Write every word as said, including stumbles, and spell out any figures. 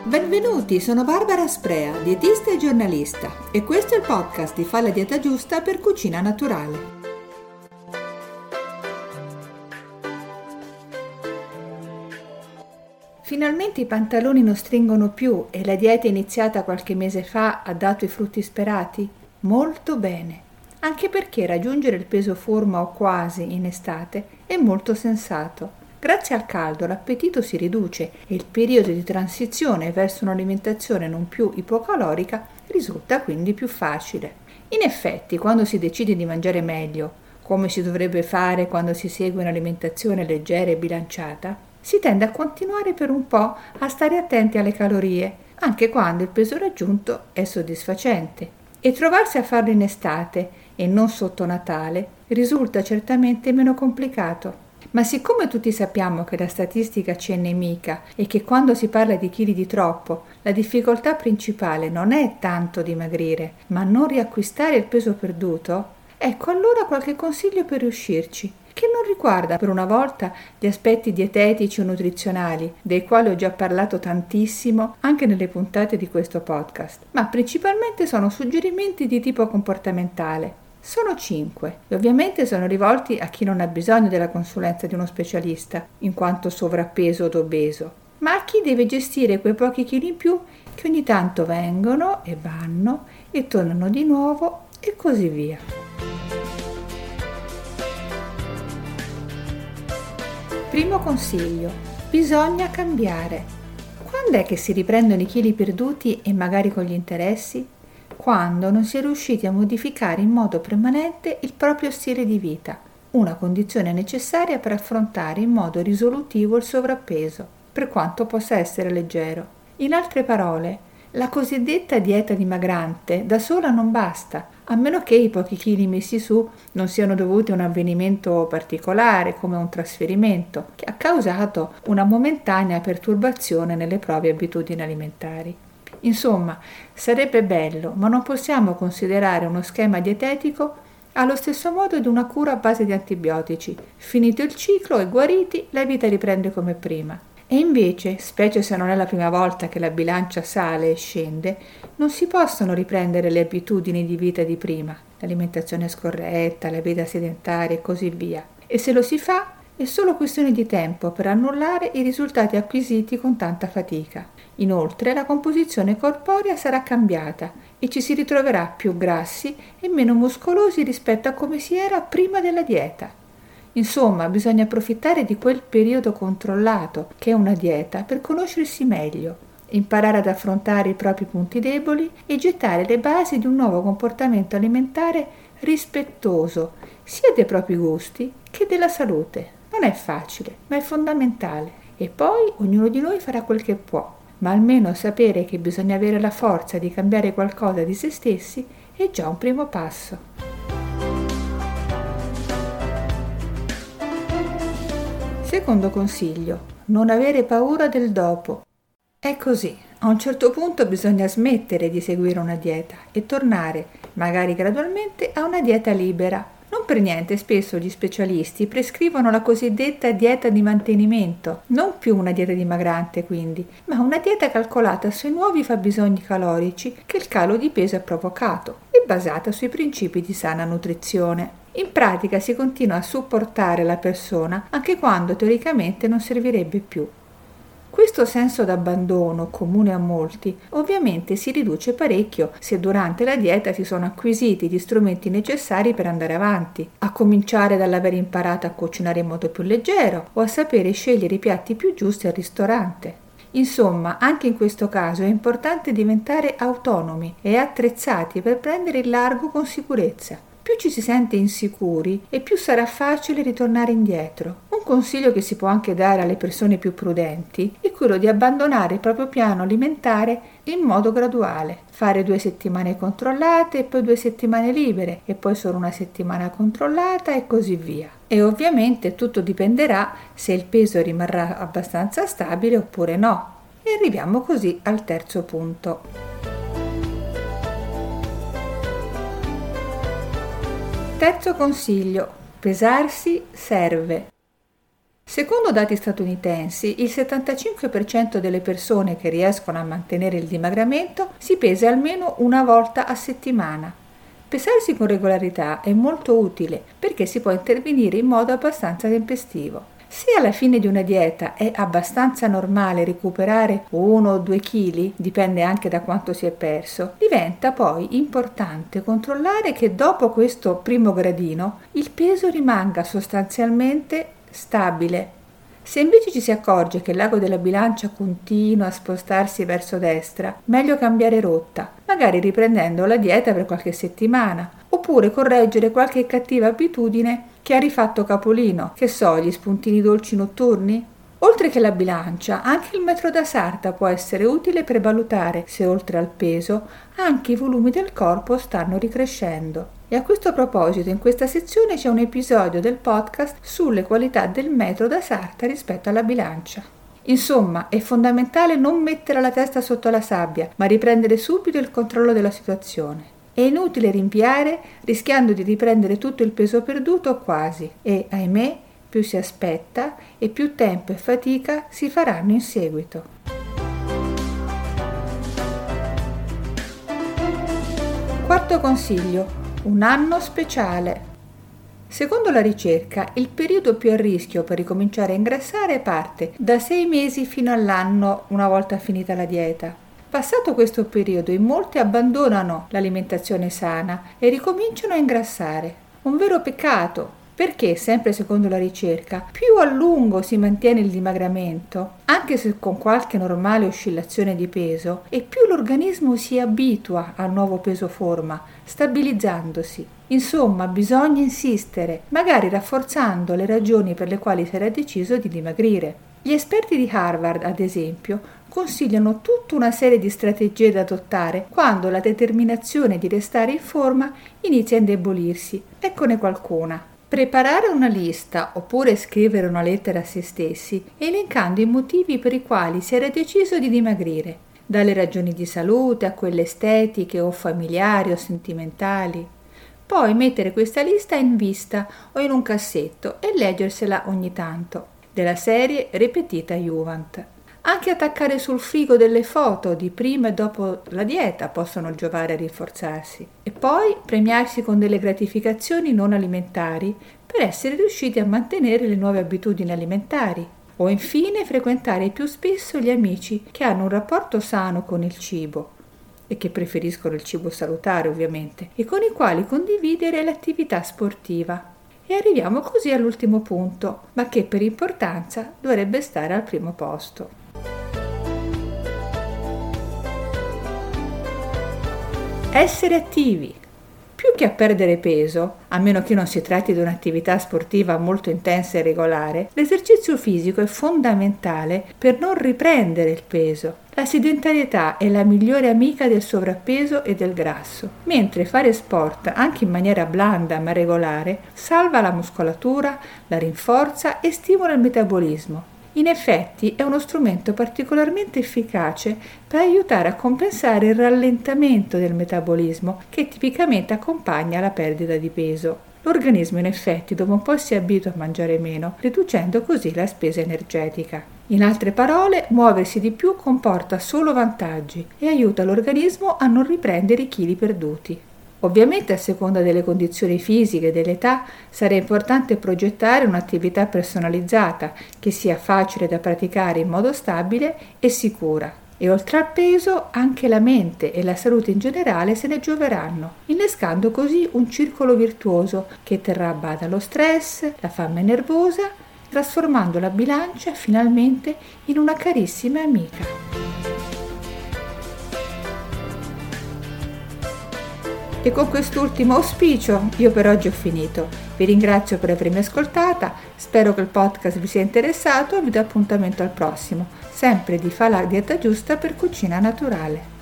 Benvenuti, sono Barbara Sprea, dietista e giornalista, e questo è il podcast di Fa la dieta giusta per cucina naturale. Finalmente i pantaloni non stringono più e la dieta iniziata qualche mese fa ha dato i frutti sperati? Molto bene, anche perché raggiungere il peso forma o quasi in estate è molto sensato. Grazie al caldo l'appetito si riduce e il periodo di transizione verso un'alimentazione non più ipocalorica risulta quindi più facile. In effetti, quando si decide di mangiare meglio, come si dovrebbe fare quando si segue un'alimentazione leggera e bilanciata, si tende a continuare per un po' a stare attenti alle calorie, anche quando il peso raggiunto è soddisfacente. E trovarsi a farlo in estate e non sotto Natale risulta certamente meno complicato. Ma siccome tutti sappiamo che la statistica ci è nemica e che quando si parla di chili di troppo, la difficoltà principale non è tanto dimagrire, ma non riacquistare il peso perduto, ecco allora qualche consiglio per riuscirci, che non riguarda per una volta gli aspetti dietetici o nutrizionali, dei quali ho già parlato tantissimo anche nelle puntate di questo podcast, ma principalmente sono suggerimenti di tipo comportamentale. Sono cinque e ovviamente sono rivolti a chi non ha bisogno della consulenza di uno specialista, in quanto sovrappeso o obeso, ma a chi deve gestire quei pochi chili in più che ogni tanto vengono e vanno e tornano di nuovo e così via. Primo consiglio: bisogna cambiare. Quando è che si riprendono i chili perduti e magari con gli interessi? Quando non si è riusciti a modificare in modo permanente il proprio stile di vita, una condizione necessaria per affrontare in modo risolutivo il sovrappeso, per quanto possa essere leggero. In altre parole, la cosiddetta dieta dimagrante da sola non basta, a meno che i pochi chili messi su non siano dovuti a un avvenimento particolare come un trasferimento che ha causato una momentanea perturbazione nelle proprie abitudini alimentari. Insomma, sarebbe bello, ma non possiamo considerare uno schema dietetico allo stesso modo di una cura a base di antibiotici. Finito il ciclo e guariti, la vita riprende come prima. E invece, specie se non è la prima volta che la bilancia sale e scende, non si possono riprendere le abitudini di vita di prima, l'alimentazione scorretta, la vita sedentaria e così via. E se lo si fa, è solo questione di tempo per annullare i risultati acquisiti con tanta fatica. Inoltre la composizione corporea sarà cambiata e ci si ritroverà più grassi e meno muscolosi rispetto a come si era prima della dieta. Insomma, bisogna approfittare di quel periodo controllato che è una dieta per conoscersi meglio, imparare ad affrontare i propri punti deboli e gettare le basi di un nuovo comportamento alimentare rispettoso sia dei propri gusti che della salute. Non è facile, ma è fondamentale. E poi ognuno di noi farà quel che può. Ma almeno sapere che bisogna avere la forza di cambiare qualcosa di se stessi è già un primo passo. Secondo consiglio: non avere paura del dopo. È così, a un certo punto bisogna smettere di seguire una dieta e tornare, magari gradualmente, a una dieta libera. Non per niente spesso gli specialisti prescrivono la cosiddetta dieta di mantenimento, non più una dieta dimagrante quindi, ma una dieta calcolata sui nuovi fabbisogni calorici che il calo di peso ha provocato e basata sui principi di sana nutrizione. In pratica si continua a supportare la persona anche quando teoricamente non servirebbe più. Questo senso d'abbandono, comune a molti, ovviamente si riduce parecchio se durante la dieta si sono acquisiti gli strumenti necessari per andare avanti, a cominciare dall'aver imparato a cucinare in modo più leggero o a sapere scegliere i piatti più giusti al ristorante. Insomma, anche in questo caso è importante diventare autonomi e attrezzati per prendere il largo con sicurezza. Più ci si sente insicuri e più sarà facile ritornare indietro. Un consiglio che si può anche dare alle persone più prudenti è quello di abbandonare il proprio piano alimentare in modo graduale. Fare due settimane controllate e poi due settimane libere e poi solo una settimana controllata e così via. E ovviamente tutto dipenderà se il peso rimarrà abbastanza stabile oppure no. E arriviamo così al terzo punto. Terzo consiglio: pesarsi serve. Secondo dati statunitensi, il settantacinque per cento delle persone che riescono a mantenere il dimagramento si pesa almeno una volta a settimana. Pesarsi con regolarità è molto utile perché si può intervenire in modo abbastanza tempestivo. Se alla fine di una dieta è abbastanza normale recuperare uno o due chili, dipende anche da quanto si è perso, diventa poi importante controllare che dopo questo primo gradino il peso rimanga sostanzialmente stabile. Se invece ci si accorge che l'ago della bilancia continua a spostarsi verso destra, meglio cambiare rotta, magari riprendendo la dieta per qualche settimana, oppure correggere qualche cattiva abitudine che ha rifatto capolino, che so, gli spuntini dolci notturni? Oltre che la bilancia, anche il metro da sarta può essere utile per valutare se oltre al peso anche i volumi del corpo stanno ricrescendo. E a questo proposito in questa sezione c'è un episodio del podcast sulle qualità del metro da sarta rispetto alla bilancia. Insomma, è fondamentale non mettere la testa sotto la sabbia, ma riprendere subito il controllo della situazione. È inutile rinviare, rischiando di riprendere tutto il peso perduto o quasi, e, ahimè, più si aspetta e più tempo e fatica si faranno in seguito. Quarto consiglio: un anno speciale. Secondo la ricerca, il periodo più a rischio per ricominciare a ingrassare parte da sei mesi fino all'anno una volta finita la dieta. Passato questo periodo, in molti abbandonano l'alimentazione sana e ricominciano a ingrassare. Un vero peccato, perché, sempre secondo la ricerca, più a lungo si mantiene il dimagramento, anche se con qualche normale oscillazione di peso, e più l'organismo si abitua al nuovo peso forma, stabilizzandosi. Insomma, bisogna insistere, magari rafforzando le ragioni per le quali si era deciso di dimagrire. Gli esperti di Harvard, ad esempio, consigliano tutta una serie di strategie da adottare quando la determinazione di restare in forma inizia a indebolirsi. Eccone qualcuna. Preparare una lista oppure scrivere una lettera a se stessi elencando i motivi per i quali si era deciso di dimagrire, dalle ragioni di salute a quelle estetiche o familiari o sentimentali. Poi mettere questa lista in vista o in un cassetto e leggersela ogni tanto, della serie Repetita Iuvant. Anche attaccare sul frigo delle foto di prima e dopo la dieta possono giovare a rinforzarsi. E poi premiarsi con delle gratificazioni non alimentari per essere riusciti a mantenere le nuove abitudini alimentari. O infine frequentare più spesso gli amici che hanno un rapporto sano con il cibo e che preferiscono il cibo salutare ovviamente, e con i quali condividere l'attività sportiva. E arriviamo così all'ultimo punto, ma che per importanza dovrebbe stare al primo posto. Essere attivi. Più che a perdere peso, a meno che non si tratti di un'attività sportiva molto intensa e regolare, l'esercizio fisico è fondamentale per non riprendere il peso. La sedentarietà è la migliore amica del sovrappeso e del grasso, mentre fare sport, anche in maniera blanda ma regolare, salva la muscolatura, la rinforza e stimola il metabolismo. In effetti è uno strumento particolarmente efficace per aiutare a compensare il rallentamento del metabolismo che tipicamente accompagna la perdita di peso. L'organismo in effetti dopo un po' si abitua a mangiare meno, riducendo così la spesa energetica. In altre parole, muoversi di più comporta solo vantaggi e aiuta l'organismo a non riprendere i chili perduti. Ovviamente, a seconda delle condizioni fisiche e dell'età, sarà importante progettare un'attività personalizzata che sia facile da praticare in modo stabile e sicura. E oltre al peso, anche la mente e la salute in generale se ne gioveranno, innescando così un circolo virtuoso che terrà a bada lo stress, la fame nervosa, trasformando la bilancia finalmente in una carissima amica. E con quest'ultimo auspicio io per oggi ho finito. Vi ringrazio per avermi ascoltata, spero che il podcast vi sia interessato e vi do appuntamento al prossimo, sempre di Fa la dieta giusta per cucina naturale.